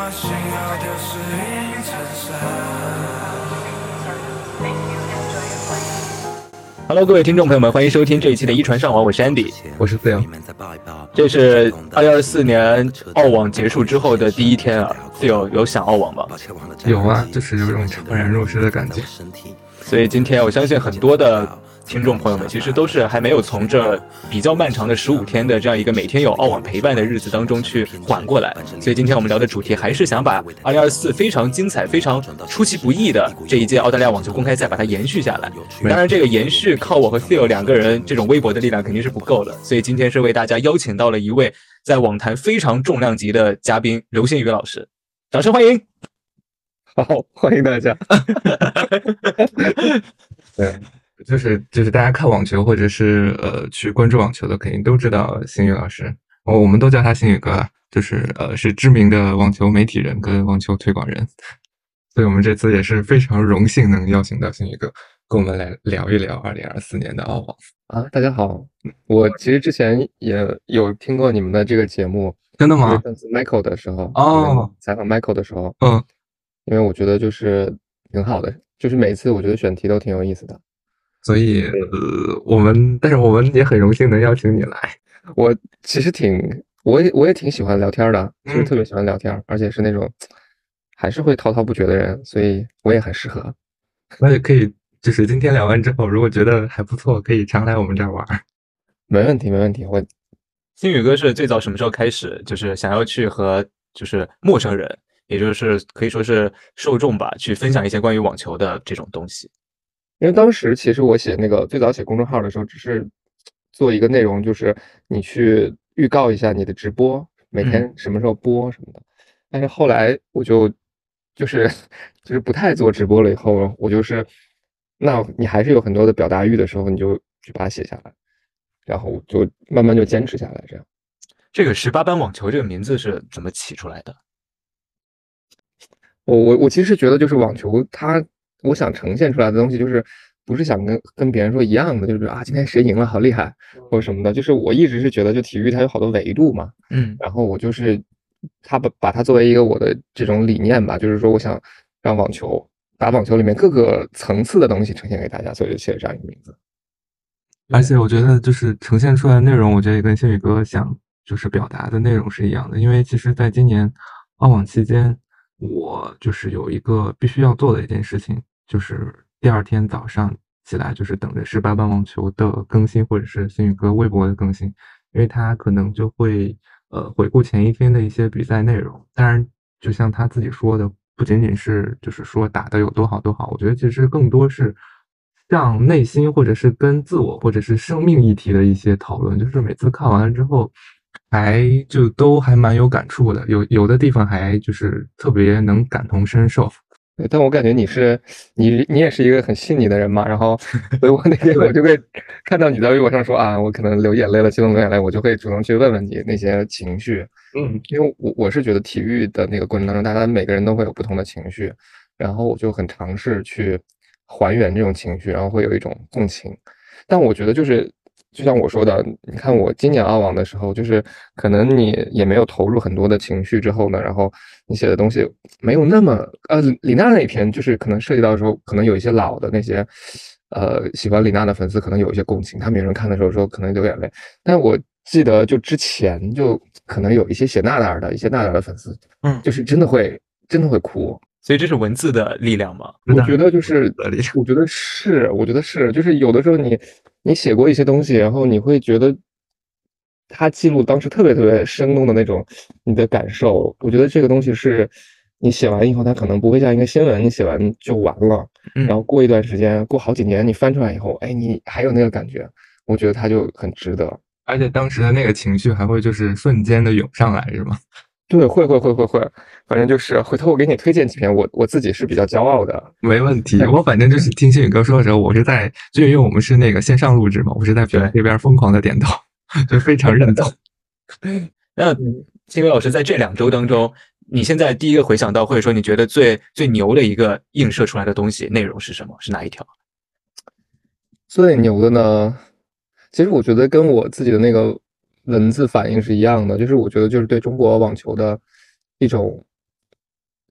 想要的是硬衬衫。 Hello，各位听众朋友们，欢迎收听这一期的一传上网，我是 Andy， 我是自由。 这是2024年澳网结束之后的第一天啊，自由有想澳网吗？ 有啊，就是有一种怅然若失的感觉。 所以今天我相信很多的听众朋友们其实都是还没有从这比较漫长的15天的这样一个每天有澳网陪伴的日子当中去缓过来，所以今天我们聊的主题还是想把2024非常精彩非常出其不意的这一届澳大利亚网球公开赛把它延续下来。当然这个延续靠我和 Phil 两个人这种微薄的力量肯定是不够的，所以今天是为大家邀请到了一位在网坛非常重量级的嘉宾刘星宇老师，掌声欢迎。 好，欢迎大家。对，就是大家看网球或者是去关注网球的，肯定都知道星宇老师。我们都叫他星宇哥，是知名的网球媒体人跟网球推广人。所以我们这次也是非常荣幸能邀请到星宇哥跟我们来聊一聊2024年的澳网啊。大家好，我其实之前也有听过你们的这个节目。 真的吗？ 上次 Michael 的时候，采访 Michael 的时候，因为我觉得就是挺好的，就是每次我觉得选题都挺有意思的， 所以但是我们也很荣幸能邀请你来。 我其实我也挺喜欢聊天的，就是特别喜欢聊天，而且是那种还是会滔滔不绝的人，所以我也很适合。 那也可以，就是今天聊完之后，如果觉得还不错，可以常来我们这儿玩。 没问题，没问题。 星宇哥是最早什么时候开始，就是想要去和就是陌生人，也就是可以说是受众吧，去分享一些关于网球的这种东西？ 因为当时其实我最早写公众号的时候，只是做一个内容，就是你去预告一下你的直播，每天什么时候播什么的。但是后来我就是不太做直播了以后，我那你还是有很多的表达欲的时候，你就去把它写下来，然后就慢慢就坚持下来。这样， 这个18班网球这个名字是怎么起出来的？ 我其实是觉得，就是网球我想呈现出来的东西，就是不是想跟别人说一样的，就是啊今天谁赢了好厉害或者什么的，就是我一直是觉得，就体育它有好多维度嘛，然后我就是把它作为一个我的这种理念吧，就是说我想让把网球里面各个层次的东西呈现给大家，所以就起了这样一个名字。 而且我觉得就是呈现出来的内容，我觉得也跟星宇哥想就是表达的内容是一样的，因为其实在今年澳网期间，我就是有一个必须要做的一件事情，就是第二天早上起来就是等着18班网球的更新，或者是星宇哥微博的更新，因为他可能就会回顾前一天的一些比赛内容。当然就像他自己说的，不仅仅是就是说打的有多好多好，我觉得其实更多是像内心或者是跟自我或者是生命议题的一些讨论，就是每次看完了之后就都还蛮有感触的，有的地方还就是特别能感同身受。 对，但我感觉你也是一个很细腻的人嘛，然后所以我那天我就会看到你在微博上说啊，我可能流眼泪了，激动流眼泪，我就会主动去问问你那些情绪。因为我是觉得体育的那个过程当中，大家每个人都会有不同的情绪，然后我就很尝试去还原这种情绪，然后会有一种共情。但我觉得就像我说的，你看我今年澳网的时候，就是可能你也没有投入很多的情绪之后呢，然后你写的东西没有那么李娜那一篇就是可能涉及到的时候，可能有一些老的那些喜欢李娜的粉丝可能有一些共情，他们有人看的时候说可能流眼泪，但我记得就之前就可能有一些写娜娜的粉丝，就是真的会哭。 所以这是文字的力量吗？ 我觉得是，就是有的时候你写过一些东西，然后你会觉得它记录当时特别特别生动的那种你的感受。我觉得这个东西是你写完以后，它可能不会像一个新闻，你写完就完了，然后过一段时间，过好几年，你翻出来以后，哎，你还有那个感觉，我觉得它就很值得。 而且当时的那个情绪还会就是瞬间的涌上来，是吗？ 对，会，反正就是回头我给你推荐几篇，我自己是比较骄傲的。 没问题，我反正就是听星宇哥说的时候，就因为我们是那个线上录制嘛，我是在屏幕这边疯狂的点头，就非常认同。 那星宇老师在这2周当中，你现在第一个回想到，或者说你觉得最牛的一个映射出来的东西内容是什么？是哪一条？ 最牛的呢？其实我觉得跟我自己的那个文字反应是一样的，就是我觉得就是对中国网球的一种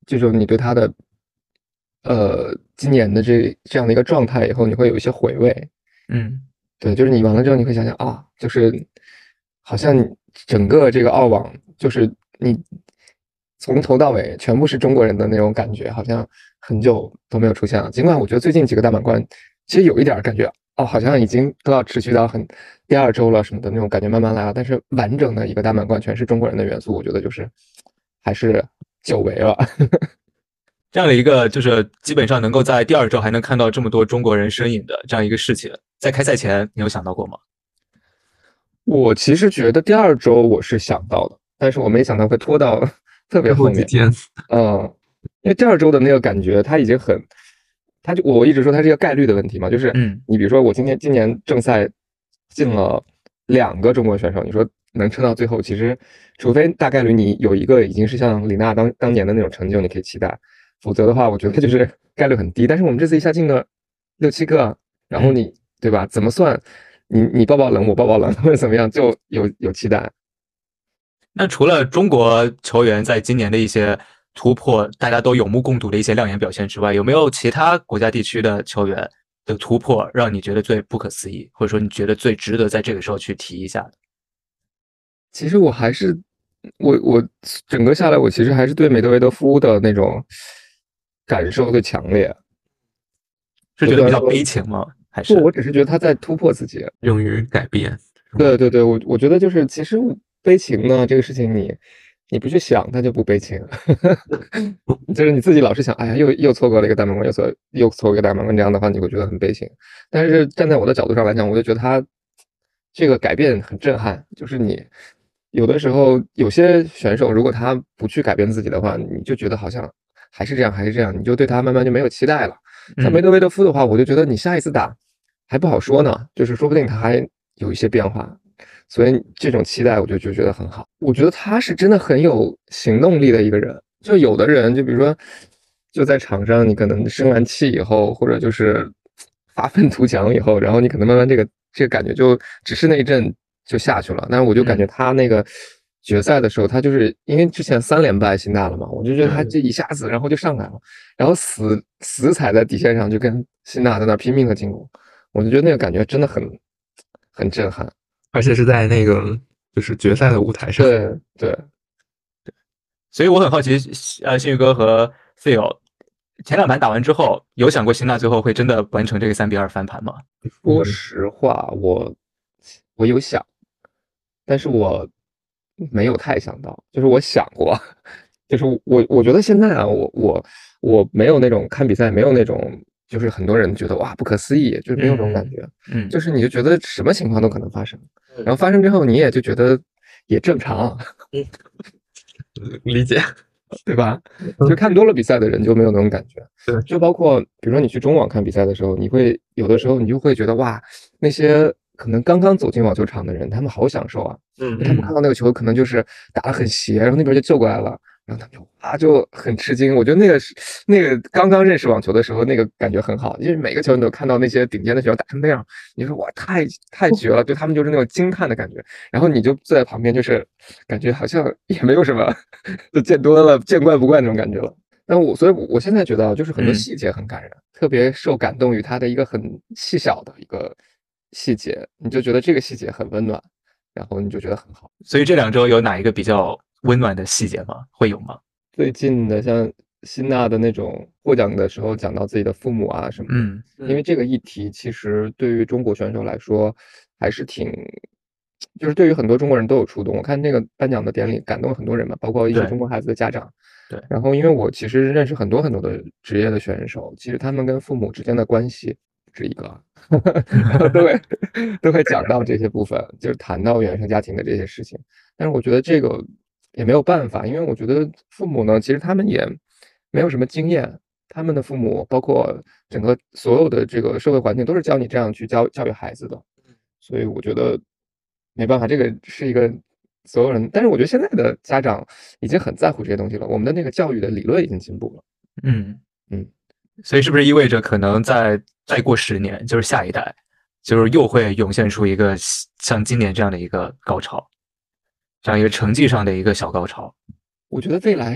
这种你对他的今年的这样的一个状态以后，你会有一些回味。 嗯， 对，就是你完了之后，你会想想啊，就是好像整个这个澳网，就是你从头到尾全部是中国人的那种感觉，好像很久都没有出现了。尽管我觉得最近几个大满贯，其实有一点感觉，哦，好像已经都要持续到第二周了什么的那种感觉慢慢来了。但是完整的一个大满贯全是中国人的元素，我觉得就是还是久违了。 这样的一个就是基本上能够在第二周还能看到这么多中国人身影的这样一个事情，在开赛前你有想到过吗？ 我其实觉得第二周我是想到的，但是我没想到会拖到特别最后后面。 几天， 因为第二周的那个感觉，它已经很，我一直说它是一个概率的问题嘛，就是你比如说我今年正赛进了2个中国选手，你说能撑到最后，其实除非大概率你有一个已经是像李娜当年的那种成就，你可以期待，否则的话，我觉得就是概率很低。但是我们这次一下进了6、7个，然后你对吧？怎么算？你爆冷，我爆冷，或者怎么样，就有期待。 那除了中国球员在今年的一些突破，大家都有目共睹的一些亮眼表现之外，有没有其他国家地区的球员的突破让你觉得最不可思议，或者说你觉得最值得在这个时候去提一下的？ 其实我还是我整个下来，我其实还是对梅德韦德夫的那种感受最强烈。 是觉得比较悲情吗？还是不，我只是觉得他在突破自己， 勇于改变。 对对对，我觉得就是其实悲情呢这个事情你不去想，它就不悲情。就是你自己老是想，哎呀，又错过了一个大满贯，又错过一个大满贯，这样的话你会觉得很悲情。但是站在我的角度上来讲，我就觉得他这个改变很震撼。就是你有的时候有些选手，如果他不去改变自己的话，你就觉得好像还是这样，还是这样，你就对他慢慢就没有期待了。像梅德韦德夫的话，我就觉得你下一次打还不好说呢，就是说不定他还有一些变化。所以这种期待我就觉得很好。我觉得他是真的很有行动力的一个人。就有的人，就比如说，就在场上，你可能生完气以后，或者就是发愤图强以后，然后你可能慢慢这个感觉就只是那一阵就下去了。但是我就感觉他那个决赛的时候，他就是因为之前3连败辛纳了嘛，我就觉得他这一下子然后就上来了，然后死踩在底线上，就跟辛纳在那拼命的进攻，我就觉得那个感觉真的很震撼。 而且是在那个就是决赛的舞台上。 对对， 所以我很好奇，星宇哥和 Phil 前2盘打完之后，有想过辛纳最后会真的完成这个3-2翻盘吗？ 说实话，我有想，但是我没有太想到，就是我想过，就是我觉得现在啊，我没有那种看比赛，没有那种就是很多人觉得哇不可思议，就是没有这种感觉，就是你就觉得什么情况都可能发生，然后发生之后你也就觉得也正常， 理解， 对吧？就看多了比赛的人就没有那种感觉。 对， 就包括比如说你去中网看比赛的时候，你会有的时候你就会觉得哇，那些可能刚刚走进网球场的人，他们好享受啊。他们看到那个球可能就是打得很斜，然后那边就救过来了，然后他们就很吃惊。我觉得那个刚刚认识网球的时候，那个感觉很好，因为每个球你都看到那些顶尖的选手打成那样，你说哇太绝了，就他们就是那种惊叹的感觉。然后你就坐在旁边，就是感觉好像也没有什么，就见多了见怪不怪那种感觉了。所以我现在觉得就是很多细节很感人，特别受感动于他的一个很细小的一个细节，你就觉得这个细节很温暖。然后你就觉得很好。 所以这2周有哪一个比较温暖的细节吗？会有吗？ 最近的像辛纳的那种获奖的时候讲到自己的父母啊什么的，因为这个议题其实对于中国选手来说还是就是对于很多中国人都有触动。我看那个颁奖的典礼感动了很多人嘛，包括一些中国孩子的家长。 对。 然后因为我其实认识很多的职业的选手，其实他们跟父母之间的关系不止一个。然后都会讲到这些部分，就是谈到原生家庭的这些事情。但是我觉得这个也没有办法，因为我觉得父母呢，其实他们也没有什么经验，他们的父母包括整个所有的这个社会环境都是教你这样去教育孩子的，所以我觉得没办法，这个是一个所有人。但是我觉得现在的家长已经很在乎这些东西了，我们的那个教育的理论已经进步了。 所以是不是意味着可能再过10年，就是下一代，就是又会涌现出一个像今年这样的一个高潮，这样一个成绩上的一个小高潮？ 我觉得未来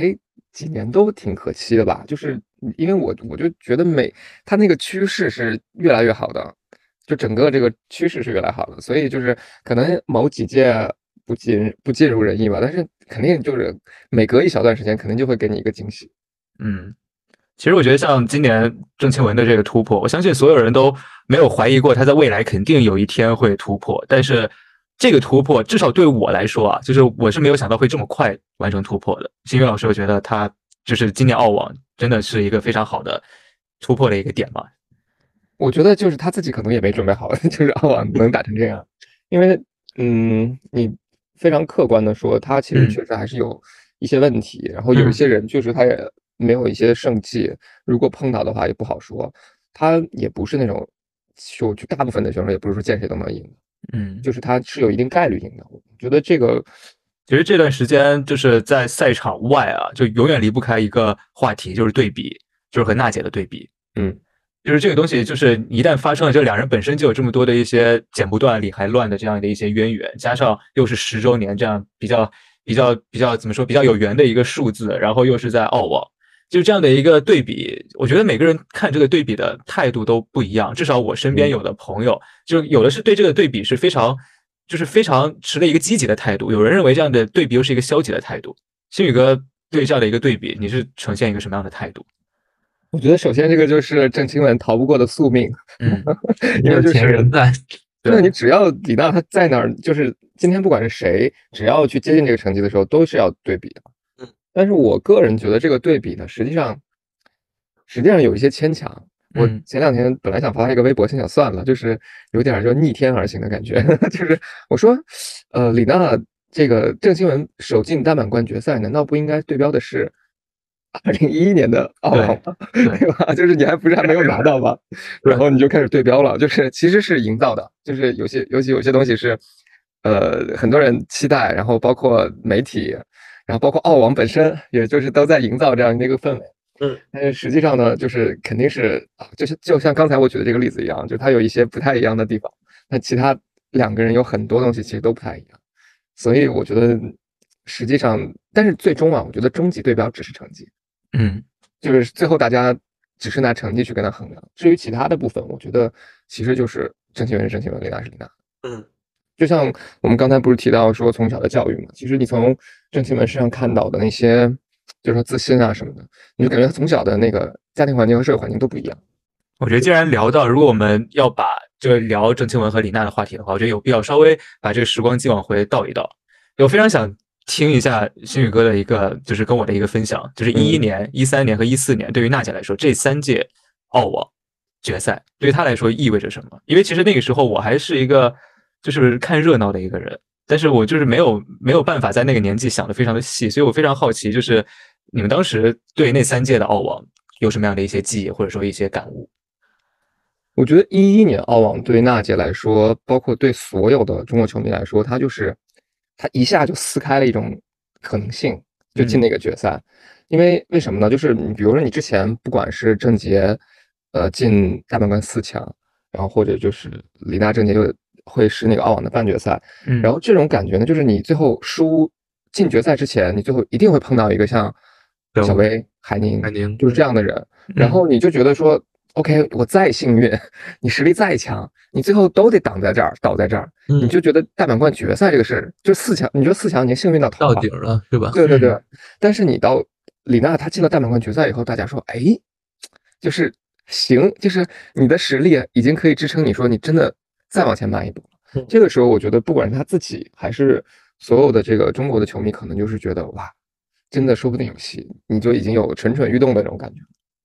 几年都挺可惜的吧，就是因为我就觉得它那个趋势是越来越好的，就整个这个趋势是越来越好的，所以就是可能某几届不尽如人意吧，但是肯定就是每隔一小段时间，肯定就会给你一个惊喜。 嗯，其实我觉得像今年郑钦文的这个突破，我相信所有人都没有怀疑过他在未来肯定有一天会突破。但是这个突破，至少对我来说啊，就是我是没有想到会这么快完成突破的。新宇老师，我觉得他就是今年澳网真的是一个非常好的突破的一个点嘛。 我觉得就是他自己可能也没准备好，就是澳网能打成这样，因为你非常客观的说，他其实确实还是有一些问题，然后有一些人确实他也没有一些胜绩，如果碰到的话也不好说。他也不是那种就大部分的选手也不是说见谁都能赢的，就是他是有一定概率赢的。我觉得这个其实这段时间就是在赛场外啊，就永远离不开一个话题，就是对比，就是和娜姐的对比。就是这个东西，就是一旦发生了，这两人本身就有这么多的一些剪不断理还乱的这样的一些渊源，加上又是10周年这样比较怎么说比较有缘的一个数字，然后又是在澳网，就这样的一个对比，我觉得每个人看这个对比的态度都不一样。至少我身边有的朋友，就有的是对这个对比是非常持了一个积极的态度，有人认为这样的对比又是一个消极的态度。星宇哥对这样的一个对比，你是呈现一个什么样的态度？ 我觉得首先这个就是郑钦文逃不过的宿命，因为就是前人在， 对你只要李娜她在那儿，就是今天不管是谁，只要去接近这个成绩的时候，都是要对比的。但是我个人觉得这个对比呢，实际上有一些牵强。我前2天本来想发一个微博，心想算了，就是有点就逆天而行的感觉。就是我说，李娜这个郑钦文首进单板冠决赛，难道不应该对标的是2011年的澳网吗？对吧？就是你还没有拿到吧，然后你就开始对标了，就是其实是营造的，就是尤其有些东西是，很多人期待，然后包括媒体，然后包括澳网本身，也就是都在营造这样的一个氛围。但是实际上呢，就是肯定是就像刚才我举的这个例子一样，就它有一些不太一样的地方，那其他2个人有很多东西其实都不太一样，所以我觉得实际上，但是最终啊，我觉得终极对标只是成绩。就是最后大家只是拿成绩去跟他衡量，至于其他的部分，我觉得其实就是郑钦文是郑钦文，李娜是李娜。就像我们刚才不是提到说从小的教育嘛，其实你从郑钦文身上看到的那些，就是说自信啊什么的，你就感觉他从小的那个家庭环境和社会环境都不一样。 我觉得既然聊到，如果我们要把这个聊郑钦文和李娜的话题的话，我觉得有必要稍微把这个时光机往回倒一倒。我非常想听一下星宇哥的一个，就是跟我的一个分享，就是2011年、2013年和2014年，对于娜姐来说，这3届澳网决赛对于她来说意味着什么？因为其实那个时候我还是一个就是看热闹的一个人，但是我就是没有办法在那个年纪想得非常的细，所以我非常好奇，就是你们当时对那3届的澳网有什么样的一些记忆，或者说一些感悟？ 我觉得2011年澳网对娜姐来说，包括对所有的中国球迷来说，他一下就撕开了一种可能性，就进那个决赛。因为什么呢？就是你比如说你之前不管是郑洁，进大满贯4强，然后或者就是李娜、郑洁就会是那个澳网的半决赛，然后这种感觉呢，就是你最后进决赛之前，你最后一定会碰到一个像小薇、海宁就是这样的人，然后你就觉得说，OK，我再幸运，你实力再强，你最后都得挡在这儿，倒在这儿，你就觉得大满贯决赛这个事儿，就4强，你觉得4强已经幸运到头到顶了，是吧？ 对对对。但是你到李娜她进了大满贯决赛以后，大家说，哎，就是行，就是你的实力已经可以支撑你说你真的再往前迈一步了。这个时候，我觉得不管是他自己还是所有的这个中国的球迷，可能就是觉得哇，真的说不定有戏，你就已经有蠢蠢欲动的那种感觉。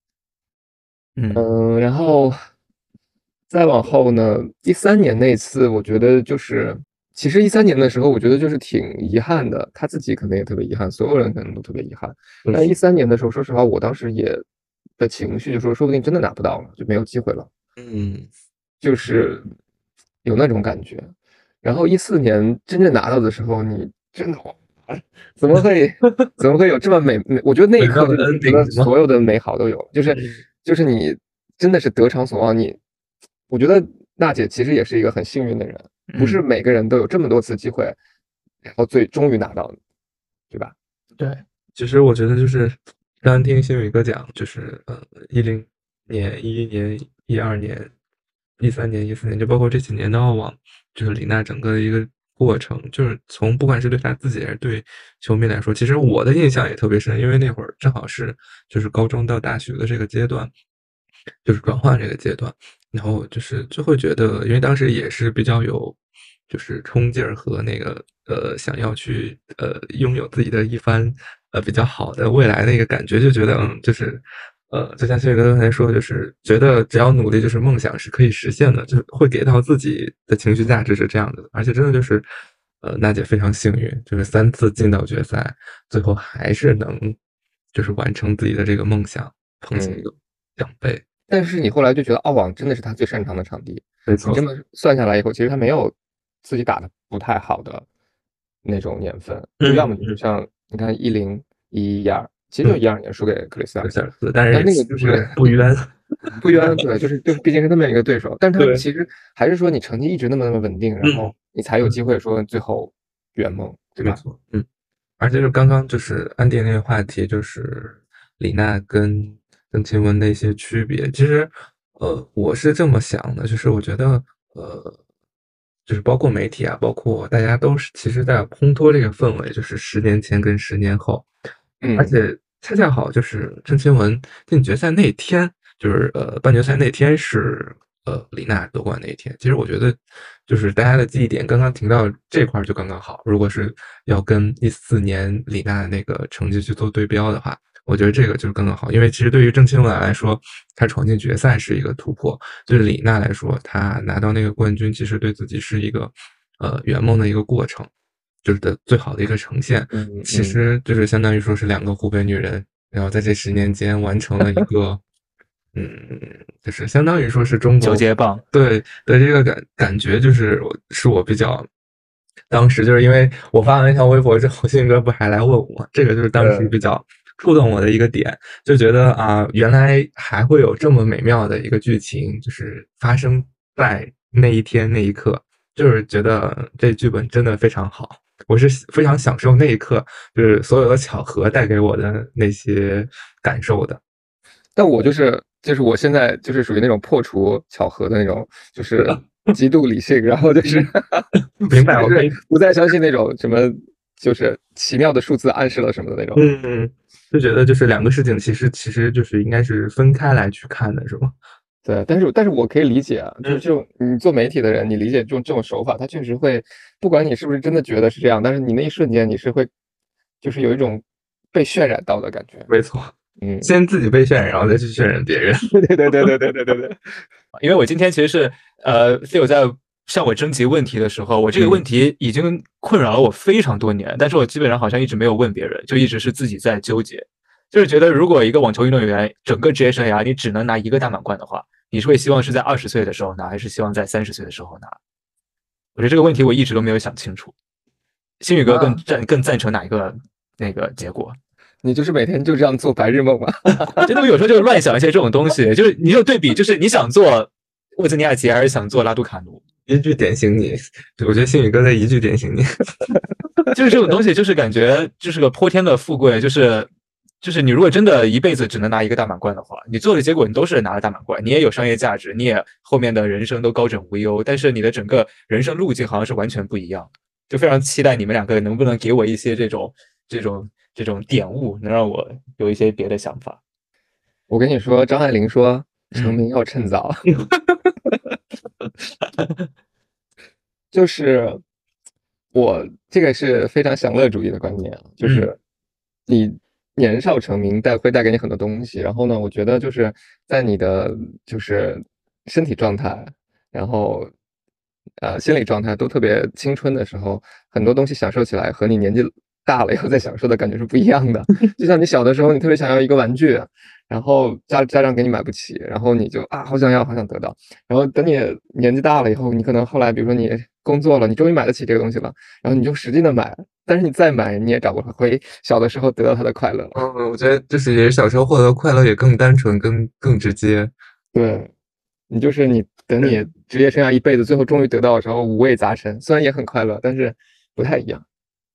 然后再往后呢，13年那次，我觉得就是其实13年的时候，我觉得就是挺遗憾的，他自己可能也特别遗憾，所有人可能都特别遗憾。但13年的时候，说实话，我当时也的情绪就说不定真的拿不到了，就没有机会了。就是有那种感觉。然后14年真正拿到的时候，你真的怎么会有这么美？我觉得那一刻就觉得所有的美好都有了，就是你真的是得偿所望。我觉得娜姐其实也是一个很幸运的人，不是每个人都有这么多次机会，然后终于拿到，对吧？ 对， 其实我觉得就是刚刚听星宇哥讲，就是10年、11年、12年、13年、14年，就包括这几年的澳网，就是李娜整个的一个过程，就是从不管是对她自己还是对球迷来说，其实我的印象也特别深，因为那会儿正好是就是高中到大学的这个阶段，就是转换这个阶段，然后就会觉得，因为当时也是比较有就是冲劲儿和那个想要去拥有自己的一番比较好的未来的一个感觉，就觉得就是就像谢宇哥刚才说，就是觉得只要努力，就是梦想是可以实现的，就是会给到自己的情绪价值是这样的，而且真的就是娜姐非常幸运，就是3次进到决赛，最后还是能就是完成自己的这个梦想，捧起一个奖杯。 但是你后来就觉得澳网真的是他最擅长的场地， 没错， 你这么算下来以后，其实他没有自己打的不太好的那种年份，就要么就是像你看10、11、12，其实就12年输给克里斯蒂尔斯， 但是但那个就是不冤， 不冤，对，就是毕竟是那么一个对手，但是他对其实还是说你成绩一直那么稳定，然后你才有机会说最后圆梦，对吧？ 没错，而且就刚刚就是安迪那个话题，就是李娜跟邓钦文的一些区别。其实，我是这么想的，就是我觉得，就是包括媒体啊，包括大家都是其实在烘托这个氛围，就是10年前跟10年后，而且恰恰好就是郑钦文进决赛那天，就是半决赛那天是李娜夺冠那一天。其实我觉得就是大家的记忆点刚刚停到这块就刚刚好。如果是要跟14年李娜的那个成绩去做对标的话，我觉得这个就是刚刚好。因为其实对于郑钦文来说，她闯进决赛是一个突破；对李娜来说，她拿到那个冠军，其实对自己是一个圆梦的一个过程。就是的最好的一个呈现，其实就是相当于说是2个湖北女人，然后在这10年间完成了一个，就是相当于说是中国九节棒， 对的这个感觉，就是我比较，当时就是因为我发完一条微博之后，信哥不还来问我，这个就是当时比较触动我的一个点，就觉得啊，原来还会有这么美妙的一个剧情，就是发生在那一天那一刻，就是觉得这剧本真的非常好。我是非常享受那一刻，就是所有的巧合带给我的那些感受的。 但我就是我现在就是属于那种破除巧合的那种，就是极度理性，然后就是明白， 就是不再相信那种什么就是奇妙的数字暗示了什么的那种。 就觉得就是2个事情其实就是应该是分开来去看的，是吗？ 对，但是我可以理解啊，就是这种你做媒体的人，你理解这种手法，他确实会，不管你是不是真的觉得是这样，但是你那一瞬间你是会，就是有一种被渲染到的感觉。 没错，先自己被渲染，然后再去渲染别人。 对。 因为我今天其实是Phil 在向我征集问题的时候，我这个问题已经困扰了我非常多年，但是我基本上好像一直没有问别人，就一直是自己在纠结，就是觉得如果一个网球运动员整个职业生涯你只能拿1个大满贯的话，你是会希望是在20岁的时候拿，还是希望在30岁的时候拿？我觉得这个问题我一直都没有想清楚。星宇哥更赞成哪一个那个结果？ 你就是每天就这样做白日梦吗？ 真的，我有时候就乱想一些这种东西，就是你就对比，就是你想做沃兹尼亚奇还是想做拉杜卡努？ 一句点醒你，我觉得星宇哥在一句点醒你， 就是这种东西，就是感觉就是个泼天的富贵，就是你如果真的一辈子只能拿1个大满贯的话，你做的结果你都是拿了大满贯，你也有商业价值，你也后面的人生都高枕无忧，但是你的整个人生路径好像是完全不一样。就非常期待你们2个能不能给我一些这种点悟，能让我有一些别的想法。 我跟你说，张爱玲说成名要趁早，就是我这个是非常享乐主义的观念，就是你年少成名会带给你很多东西，然后呢，我觉得就是在你的就是身体状态，然后心理状态都特别青春的时候，很多东西享受起来和你年纪大了以后再享受的感觉是不一样的。就像你小的时候，你特别想要一个玩具，然后家长给你买不起，然后你就好想要，好想得到。然后等你年纪大了以后，你可能后来比如说你工作了，你终于买得起这个东西了，然后你就使劲的买，但是你再买你也找不回小的时候得到它的快乐。 我觉得就是也小时候获得快乐也更单纯，更直接。 对，你就是你等你职业生涯一辈子，最后终于得到的时候五味杂陈，虽然也很快乐，但是不太一样。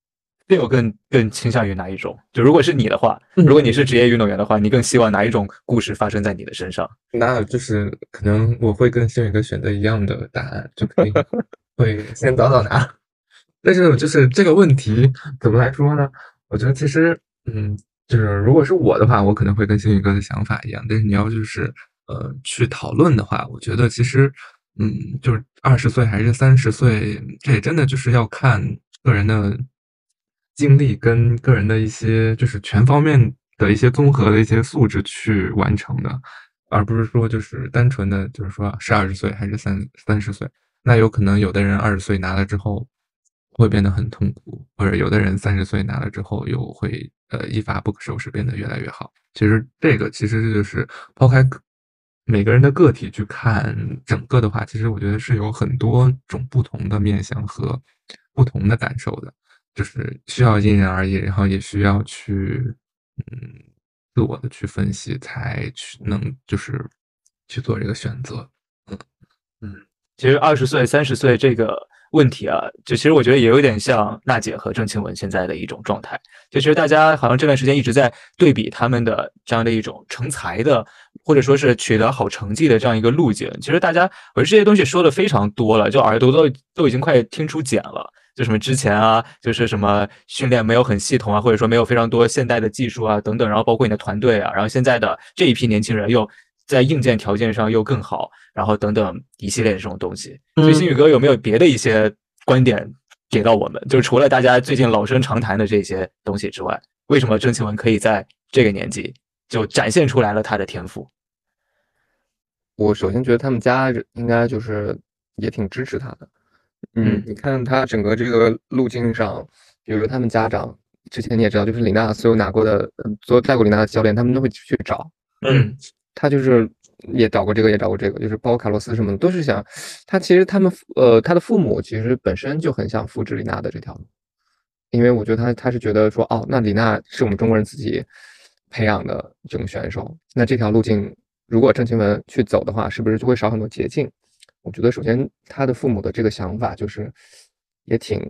队友更倾向于哪一种？就如果是你的话，如果你是职业运动员的话，你更希望哪一种故事发生在你的身上？ 那就是可能我会跟星宇哥选择一样的答案，就肯定会先早早拿。但是就是这个问题怎么来说呢？我觉得其实，就是如果是我的话，我可能会跟星宇哥的想法一样。但是你要就是去讨论的话，我觉得其实，就是20岁还是30岁，这也真的就是要看个人的经历跟个人的一些就是全方面的一些综合的一些素质去完成的，而不是说就是单纯的就是说是20岁还是30岁。那有可能有的人20岁拿了之后会变得很痛苦，或者有的人30岁拿了之后又会一发不可收拾，变得越来越好。其实这个其实就是抛开每个人的个体去看整个的话，其实我觉得是有很多种不同的面向和不同的感受的，就是需要因人而异，然后也需要去自我的去分析，才去能就是去做这个选择。 其实20岁、30岁这个问题啊，就其实我觉得也有点像娜姐和郑钦文现在的一种状态。就其实大家好像这段时间一直在对比他们的这样的一种成才的，或者说是取得好成绩的这样一个路径。其实大家我觉得这些东西说的非常多了，就耳朵都已经快听出茧了。就什么之前啊，就是什么训练没有很系统啊，或者说没有非常多现代的技术啊等等，然后包括你的团队啊，然后现在的这一批年轻人又在硬件条件上又更好，然后等等一系列的这种东西。所以星宇哥有没有别的一些观点给到我们？就是除了大家最近老生常谈的这些东西之外，为什么郑钦文可以在这个年纪就展现出来了他的天赋？ 我首先觉得他们家应该就是也挺支持他的。你看他整个这个路径上，比如说他们家长之前你也知道，就是李娜所有拿过的，所有带过李娜的教练，他们都会去找。他就是也找过这个，也找过这个，就是包括卡洛斯什么的，都是想他其实他的父母其实本身就很想复制李娜的这条路，因为我觉得他是觉得说，哦，那李娜是我们中国人自己培养的这种选手，那这条路径如果郑钦文去走的话，是不是就会少很多捷径？我觉得首先他的父母的这个想法就是也挺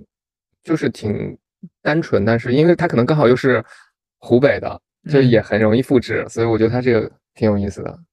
单纯，但是因为他可能刚好又是湖北的，就也很容易复制，所以我觉得他这个挺有意思的。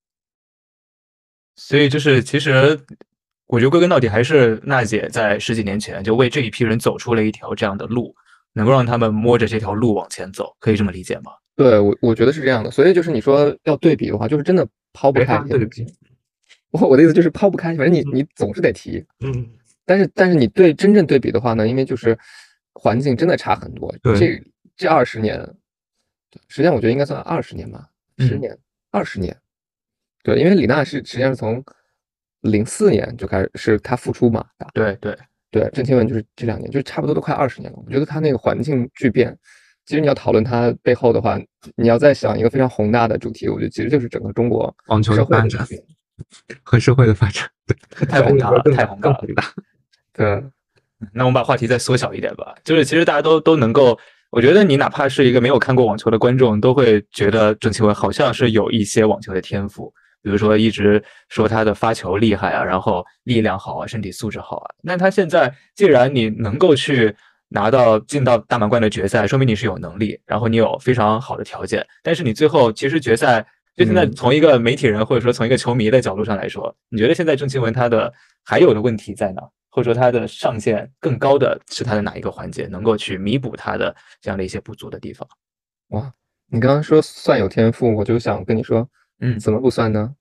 所以就是其实我觉得归根到底还是娜姐在10几年前就为这一批人走出了一条这样的路，能够让他们摸着这条路往前走，可以这么理解吗？ 对，我觉得是这样的。所以就是你说要对比的话，就是真的抛不开这些东西。我的意思就是抛不开，反正你总是得提。但是你真正对比的话呢，因为就是环境真的差很多。这20年，实际上我觉得应该算20年吧，10年、20年。对，因为李娜实际上是从04年就开始是她复出嘛。 对， 郑钦文就是这2年，就差不多都快20年了。我觉得他那个环境巨变，其实你要讨论它背后的话，你要再想一个非常宏大的主题，我觉得其实就是整个中国网球的发展和社会的发展， 太宏大了，太宏大了。 对， 那我们把话题再缩小一点吧，就是其实大家都能够，我觉得你哪怕是一个没有看过网球的观众，都会觉得郑钦文好像是有一些网球的天赋，比如说一直说他的发球厉害啊，然后力量好啊，身体素质好啊。那他现在既然你能够去进到大满贯的决赛，说明你是有能力，然后你有非常好的条件，但是你最后其实决赛。就现在从一个媒体人或者说从一个球迷的角度上来说，你觉得现在郑钦文他的还有的问题在哪？或者说他的上限更高的是他的哪一个环节能够去弥补他的这样的一些不足的地方？ 哇，你刚刚说算有天赋，我就想跟你说，怎么不算呢？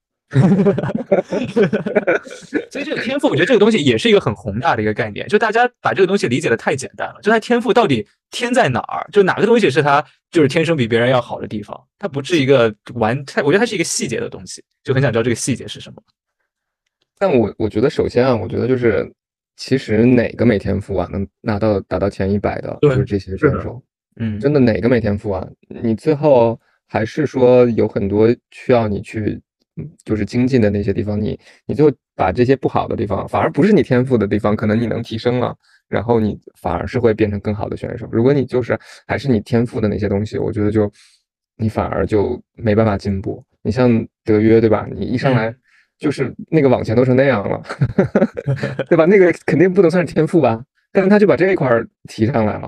所以这个天赋，我觉得这个东西也是一个很宏大的一个概念，就大家把这个东西理解的太简单了。就他天赋到底天在哪儿？就哪个东西是他就是天生比别人要好的地方？它不是一个我觉得它是一个细节的东西，就很想知道这个细节是什么。 但我觉得首先啊，我觉得就是其实哪个没天赋啊能达到前100的，就是这些选手，真的哪个没天赋啊？你最后还是说有很多需要你去就是精进的那些地方，你就把这些不好的地方，反而不是你天赋的地方，可能你能提升了，然后你反而是会变成更好的选手。如果你就是还是你天赋的那些东西，我觉得你反而就没办法进步。你像德约对吧？你一上来就是那个网前都成那样了，对吧？那个肯定不能算是天赋吧，但是他就把这一块提上来了。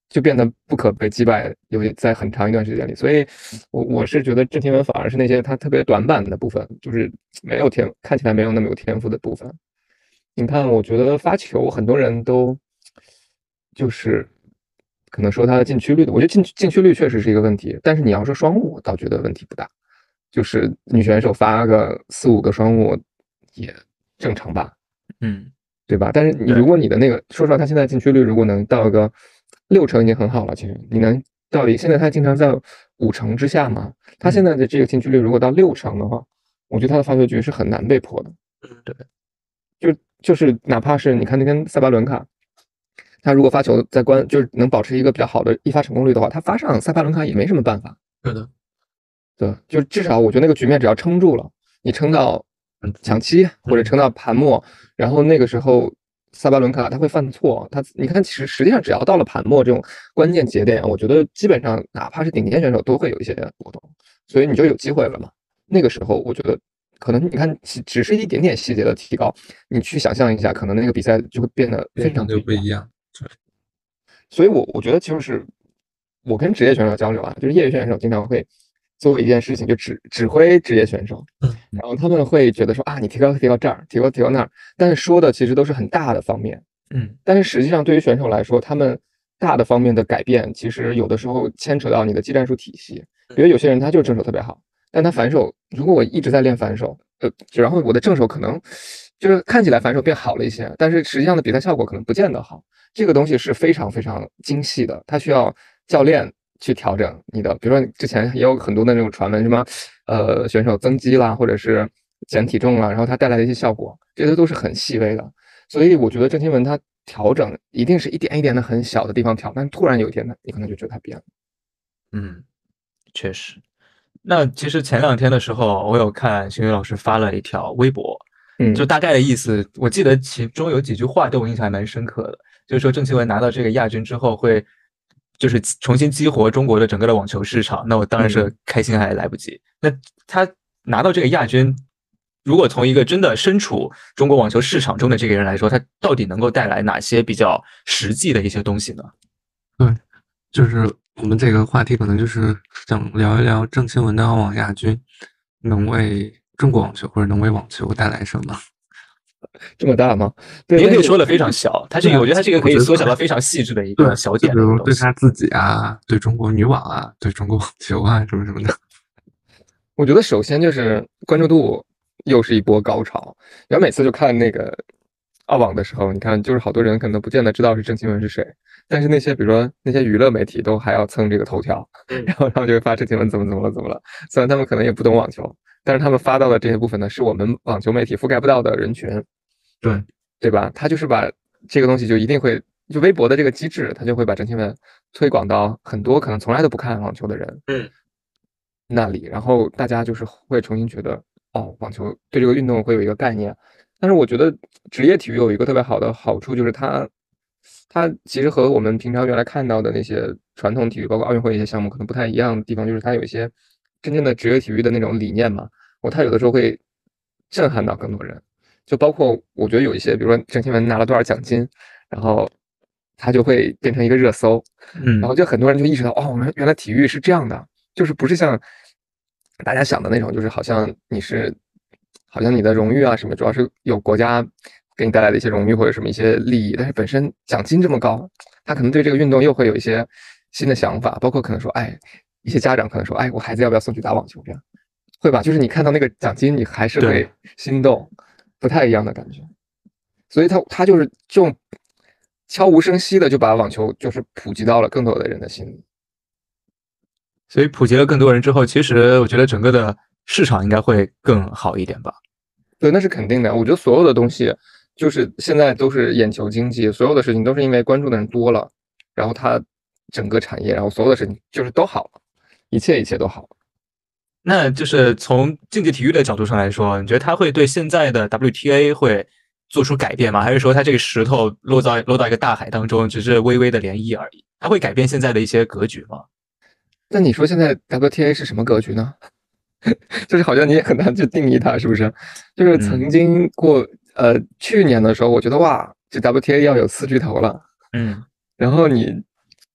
就变得不可被击败，在很长一段时间里。所以我是觉得郑钦文反而是那些他特别短板的部分，就是看起来没有那么有天赋的部分。你看，我觉得发球很多人都就是可能说他的禁区率的，我觉得禁区率确实是一个问题，但是你要说双误，我倒觉得问题不大。就是女选手发个4-5个双误也正常吧，对吧？但是如果你的那个，说实话，他现在禁区率如果能到一个60%已经很好了。其实你能到现在他经常在50%之下嘛，他现在的这个禁区率如果到60%的话，我觉得他的发球局是很难被破的。对，就是哪怕是你看那天塞巴伦卡，他如果发球就是能保持一个比较好的一发成功率的话，他发上塞巴伦卡也没什么办法。 是的， 对，就至少我觉得那个局面只要撑住了，你撑到抢七或者撑到盘末，然后那个时候萨巴伦卡他会犯错，你看实际上只要到了盘末这种关键节点，我觉得基本上哪怕是顶尖选手都会有一些波动，所以你就有机会了嘛。那个时候我觉得可能你看只是一点点细节的提高，你去想象一下，可能那个比赛就会变得非常不一样。 所以我觉得就是我跟职业选手交流啊，就是业余选手经常会做一件事情，就指挥职业选手，然后他们会觉得说啊，你提高这儿，提高那儿，但是说的其实都是很大的方面，但是实际上对于选手来说，他们大的方面的改变，其实有的时候牵扯到你的技战术体系。比如有些人他就是正手特别好，但他反手，如果我一直在练反手，然后我的正手可能就是看起来反手变好了一些，但是实际上的比赛效果可能不见得好。这个东西是非常非常精细的，它需要教练去调整你的，比如说之前也有很多的那种传闻，什么选手增肌啦，或者是减体重啦，然后它带来的一些效果，这些都是很细微的。所以我觉得郑钦文他调整一定是一点一点的很小的地方调，但突然有一天你可能就觉得他变了。 确实。那其实前2天的时候，我有看邢宇老师发了一条微博，就大概的意思，我记得其中有几句话对我印象还蛮深刻的，就是说郑钦文拿到这个亚军之后会就是重新激活中国的整个的网球市场，那我当然是开心还来不及。那他拿到这个亚军，如果从一个真的身处中国网球市场中的这个人来说，他到底能够带来哪些比较实际的一些东西呢？ 对，就是我们这个话题可能就是想聊一聊郑钦文的澳网亚军能为中国网球或者能为网球带来什么。 这么大吗？ 对，也可以说的非常小，我觉得它是一个可以缩小到非常细致的一个小点， 比如对他自己啊，对中国女网啊，对中国网球啊，什么什么的。 我觉得首先就是关注度又是一波高潮，然后每次就看那个澳网的时候，你看就是好多人可能不见得知道是郑钦文是谁，但是那些比如说那些娱乐媒体都还要蹭这个头条，然后他们就会发郑钦文怎么了，虽然他们可能也不懂网球，但是他们发到的这些部分呢，是我们网球媒体覆盖不到的人群，对吧？他就是把这个东西就一定会，就微博的这个机制，他就会把郑钦文推广到很多可能从来都不看网球的人那里，然后大家就是会重新觉得网球对这个运动会有一个概念。但是我觉得职业体育有一个特别好的好处，就是它其实和我们平常原来看到的那些传统体育，包括奥运会一些项目可能不太一样的地方，就是它有一些真正的职业体育的那种理念嘛，它有的时候会震撼到更多人。就包括我觉得有一些，比如说郑钦文拿了多少奖金，然后他就会变成一个热搜，然后就很多人就意识到，原来体育是这样的，就是不是像大家想的那种，就是好像你的荣誉啊什么，主要是有国家给你带来的一些荣誉或者什么一些利益，但是本身奖金这么高，他可能对这个运动又会有一些新的想法，包括可能说，一些家长可能说，我孩子要不要送去打网球这样，会吧？就是你看到那个奖金，你还是会心动。不太一样的感觉，所以他就是这种悄无声息的就把网球就是普及到了更多的人的心里， 所以普及了更多人之后，其实我觉得整个的市场应该会更好一点吧。 对，那是肯定的。我觉得所有的东西就是现在都是眼球经济，所有的事情都是因为关注的人多了，然后它整个产业，然后所有的事情就是都好了，一切都好了。 那就是从竞技体育的角度上来说，你觉得它会对现在的 WTA 会做出改变吗？还是说它这个石头落到一个大海当中，只是微微的涟漪而已？它会改变现在的一些格局吗？ 那你说现在 WTA 是什么格局呢？就是好像你也很难去定义它，是不是？就是曾经过去年的时候，我觉得哇，这 WTA 要有4巨头了，然后你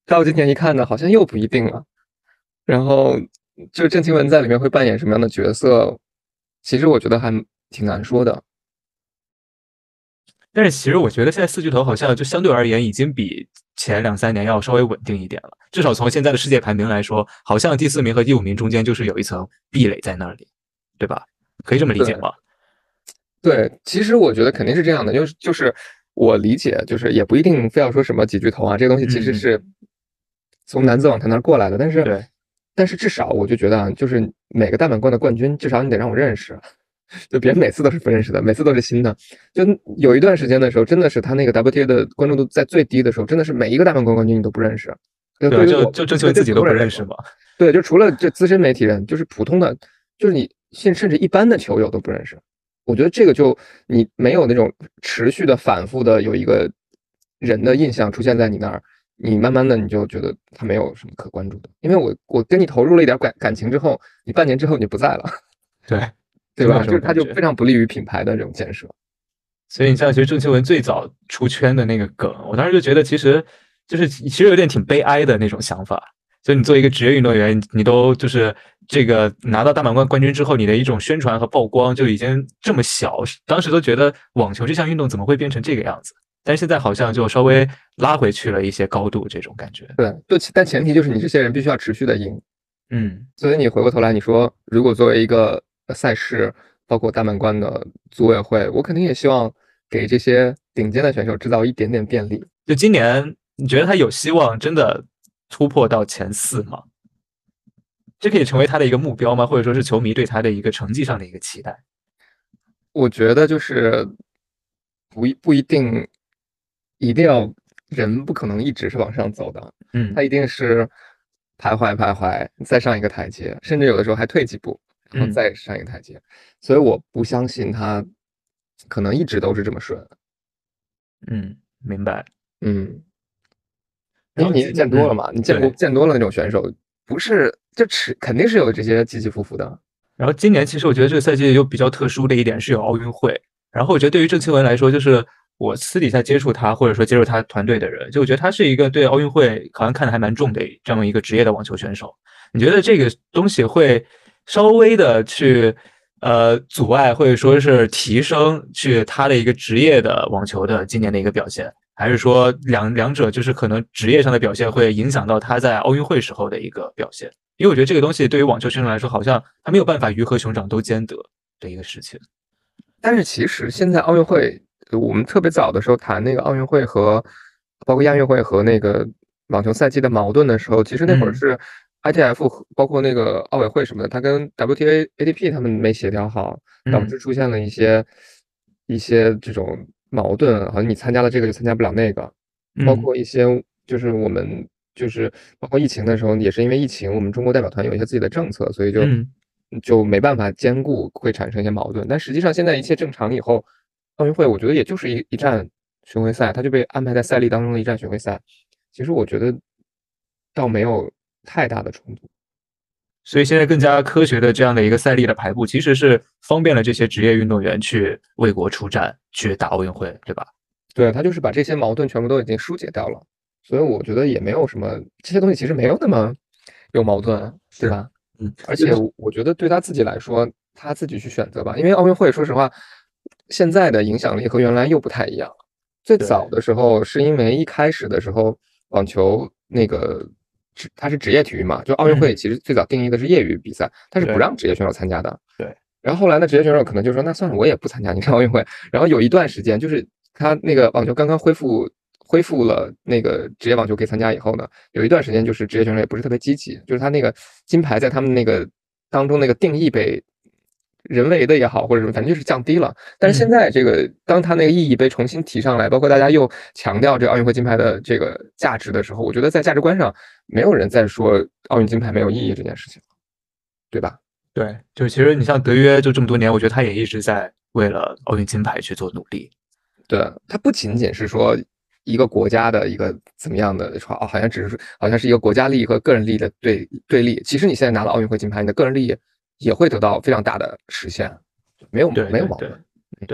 到今年一看呢，好像又不一定了。然后就郑钦文在里面会扮演什么样的角色，其实我觉得还挺难说的。 但是其实我觉得现在四巨头好像就相对而言已经比前2、3年要稍微稳定一点了，至少从现在的世界排名来说，好像第4名和第5名中间就是有一层壁垒在那里，对吧？可以这么理解吗？ 对，其实我觉得肯定是这样的，就是我理解，就是也不一定非要说什么几巨头啊，这个东西其实是从男子网坛那儿过来的，但是至少我就觉得啊，就是每个大满贯的冠军，至少你得让我认识，就别每次都是不认识的，每次都是新的。就有一段时间的时候，真的是他那个 WTA 的关注度在最低的时候，真的是每一个大满贯冠军你都不认识。 对，就郑钦文自己都不认识嘛。 对，就除了这资深媒体人，就是普通的，就是你甚至一般的球友都不认识。我觉得这个就你没有那种持续的反复的有一个人的印象出现在你那儿，你慢慢的你就觉得他没有什么可关注的，因为我跟你投入了一点感情之后，你半年之后你就不在了， 对对吧？就是他就非常不利于品牌的这种建设。 所以你像其实郑钦文最早出圈的那个梗，我当时就觉得其实有点挺悲哀的那种想法。就你作为一个职业运动员，你都就是这个拿到大满贯冠军之后，你的一种宣传和曝光就已经这么小，当时都觉得网球这项运动怎么会变成这个样子？但是现在好像就稍微拉回去了一些高度，这种感觉。 对，但前提就是你这些人必须要持续的赢。所以你回过头来，你说如果作为一个赛事，包括大满贯的组委会，我肯定也希望给这些顶尖的选手制造一点点便利。 就今年，你觉得他有希望真的突破到前4吗？这可以成为他的一个目标吗？或者说是球迷对他的一个成绩上的一个期待？ 我觉得就是不一定要人不可能一直是往上走的，他一定是徘徊，再上一个台阶，甚至有的时候还退几步，然后再上一个台阶。所以我不相信他可能一直都是这么顺。 明白。 因为你也见多了嘛，你见多了那种选手，不是肯定是有这些起起伏伏的。 然后今年其实我觉得这个赛季又比较特殊的一点是有奥运会，然后我觉得对于郑钦文来说，就是我私底下接触他或者说接触他团队的人，就我觉得他是一个对奥运会好像看得还蛮重的这么一个职业的网球选手。你觉得这个东西会稍微的去阻碍或者说是提升去他的一个职业的网球的今年的一个表现，还是说两者就是可能职业上的表现会影响到他在奥运会时候的一个表现？因为我觉得这个东西对于网球选手来说，好像他没有办法鱼和熊掌都兼得的一个事情。 但是其实现在奥运会，我们特别早的时候谈那个奥运会和包括亚运会和那个网球赛季的矛盾的时候，其实那会儿是 ITF 包括那个奥委会什么的，他跟 WTA、ATP 他们没协调好，导致出现了一些这种矛盾，好像你参加了这个就参加不了那个，包括一些就是我们就是包括疫情的时候，也是因为疫情，我们中国代表团有一些自己的政策，所以就没办法兼顾，会产生一些矛盾。但实际上现在一切正常以后，奥运会我觉得也就是一站巡回赛，它就被安排在赛历当中的一站巡回赛。其实我觉得倒没有太大的冲突。 所以现在更加科学的这样的一个赛历的排布，其实是方便了这些职业运动员去为国出战，去打奥运会，对吧？ 对，他就是把这些矛盾全部都已经疏解掉了，所以我觉得也没有什么这些东西其实没有那么有矛盾，对吧？而且我觉得对他自己来说，他自己去选择吧，因为奥运会说实话，现在的影响力和原来又不太一样。最早的时候是因为一开始的时候，网球那个它是职业体育嘛，就奥运会其实最早定义的是业余比赛，它是不让职业选手参加的。 对。 然后后来呢，职业选手可能就说那算了，我也不参加你这奥运会。然后有一段时间就是他那个网球刚刚恢复了那个职业网球可以参加以后呢，有一段时间就是职业选手也不是特别积极，就是他那个金牌在他们那个当中那个定义被人为的也好，或者什么，反正就是降低了。但是现在这个当他那个意义被重新提上来，包括大家又强调这个奥运会金牌的这个价值的时候，我觉得在价值观上，没有人再说奥运金牌没有意义这件事情，对吧？ 对，就其实你像德约，就这么多年，我觉得他也一直在为了奥运金牌去做努力。 对，他不仅仅是说一个国家的一个怎么样的好像只是好像是一个国家利益和个人利益的对立。其实你现在拿了奥运会金牌，你的个人利益也会得到非常大的实现，没有矛盾。 对，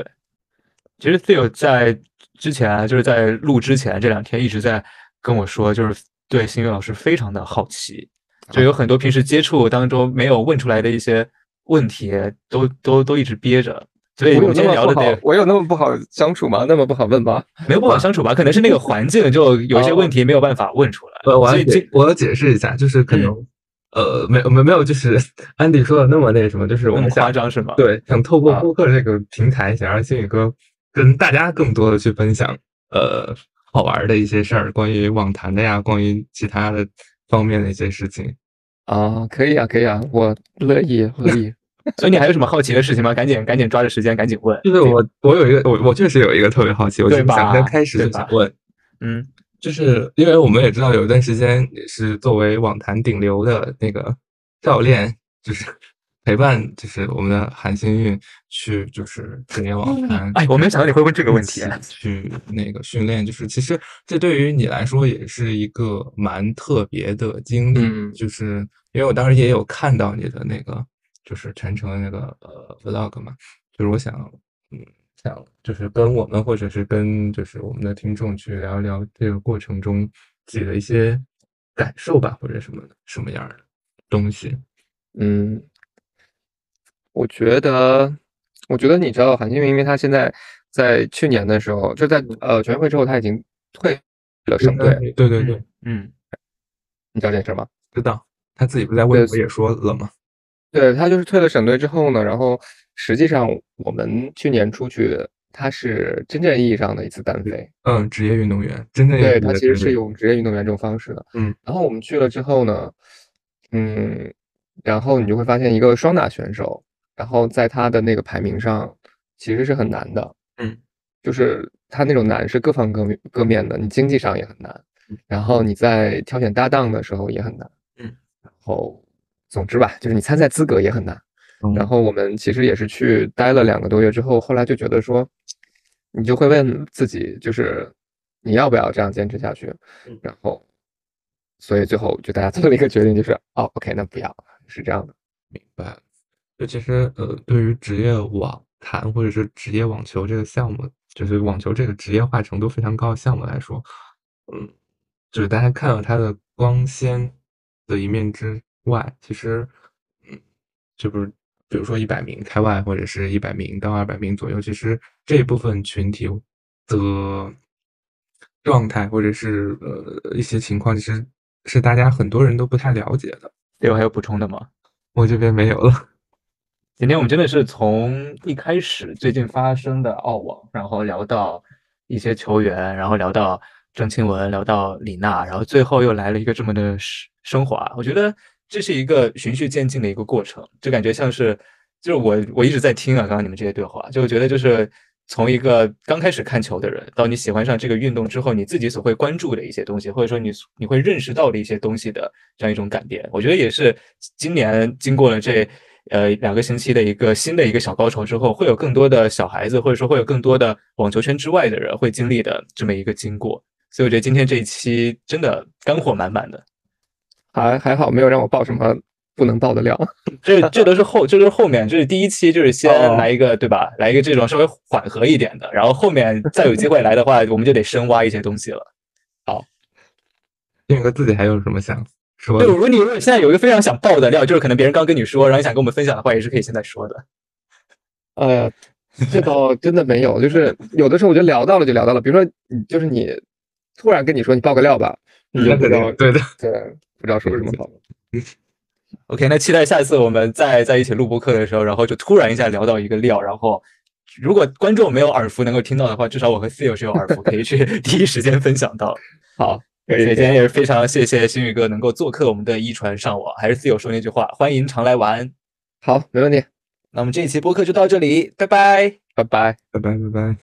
其实Theo在之前就是在录之前这2天一直在跟我说，就是对星宇老师非常的好奇，就有很多平时接触当中没有问出来的一些问题，都一直憋着。所以我们今天聊的我有那么不好相处吗？那么不好问吗？ 没有不好相处吧？可能是那个环境就有一些问题没有办法问出来。 我要解释一下，就是可能没有，就是安迪说的那么那什么，就是我们夸张是吗？ 对，想透过播客这个平台，想让星宇哥跟大家更多的去分享好玩的一些事儿，关于网坛的呀，关于其他的方面的一些事情啊，可以啊，我乐意。 所以你还有什么好奇的事情吗？赶紧抓着时间赶紧问。 就是我确实有一个特别好奇，我就想跟开始就想问，就是因为我们也知道有一段时间也是作为网坛顶流的那个教练，就是陪伴就是我们的韩星运去就是职业网坛。 哎，我没有想到你会问这个问题， 去那个训练，就是其实这对于你来说也是一个蛮特别的经历，就是因为我当时也有看到你的那个就是全程的那个vlog 嘛，就是我想就是跟我们或者是跟就是我们的听众去聊一聊这个过程中自己的一些感受吧，或者什么样的东西。 我觉得你知道韩星运，因为他现在在去年的时候，就在全运会之后，他已经退了省队。 对， 你知道这件事吗？ 知道，他自己不在微博也说了吗？ 对，他就是退了省队之后呢，然后实际上我们去年出去，他是真正意义上的一次单飞。 职业运动员，真正对，他其实是用职业运动员这种方式的。然后我们去了之后呢，然后你就会发现一个双打选手，然后在他的那个排名上其实是很难的。就是他那种难是各方各面的，你经济上也很难，然后你在挑选搭档的时候也很难。然后总之吧，就是你参赛资格也很难。然后我们其实也是去待了2个多月之后，后来就觉得说，你就会问自己，就是你要不要这样坚持下去？然后，所以最后就大家做了一个决定，就是OK，那不要，是这样的。 明白。就其实对于职业网坛或者是职业网球这个项目，就是网球这个职业化程度非常高的项目来说，就是大家看到它的光鲜的一面之外，其实就不是比如说100名开外，或者是100名到200名左右，其实这一部分群体的状态或者是一些情况，其实是大家很多人都不太了解的。 对，我还有补充的吗？ 我这边没有了。 今天我们真的是从一开始最近发生的澳网，然后聊到一些球员，然后聊到郑钦文，聊到李娜，然后最后又来了一个这么的升华。我觉得这是一个循序渐进的一个过程，就感觉像是就是我一直在听啊，刚刚你们这些对话，就觉得就是从一个刚开始看球的人，到你喜欢上这个运动之后，你自己所会关注的一些东西，或者说你会认识到的一些东西的这样一种改变。我觉得也是今年经过了这2个星期的一个新的一个小高潮之后，会有更多的小孩子，或者说会有更多的网球圈之外的人会经历的这么一个经过。所以我觉得今天这一期真的干货满满的。 还好没有让我爆什么不能爆的料。 这都是后面，这是第一期，就是先来一个对吧？来一个这种稍微缓和一点的，然后后面再有机会来的话，我们就得深挖一些东西了。好， 俊哥自己还有什么想说的？ 对，如果你现在有一个非常想爆的料，就是可能别人刚跟你说，然后你想跟我们分享的话，也是可以现在说的。 这倒真的没有，就是有的时候我觉得聊到了就聊到了，比如说就是你突然跟你说你爆个料吧，你就不知道对， 不知道说什么好。 OK， 那期待下次我们在一起录播课的时候，然后就突然一下聊到一个料，然后如果观众没有耳福能够听到的话，至少我和 Theo 是有耳福可以去第一时间分享到。好，所以今天也是非常谢谢星宇哥能够做客我们的一传上网，还是 Theo 说那句话，欢迎常来玩。 好，没问题。 那我们这一期播客就到这里，拜拜， 拜拜， 拜拜。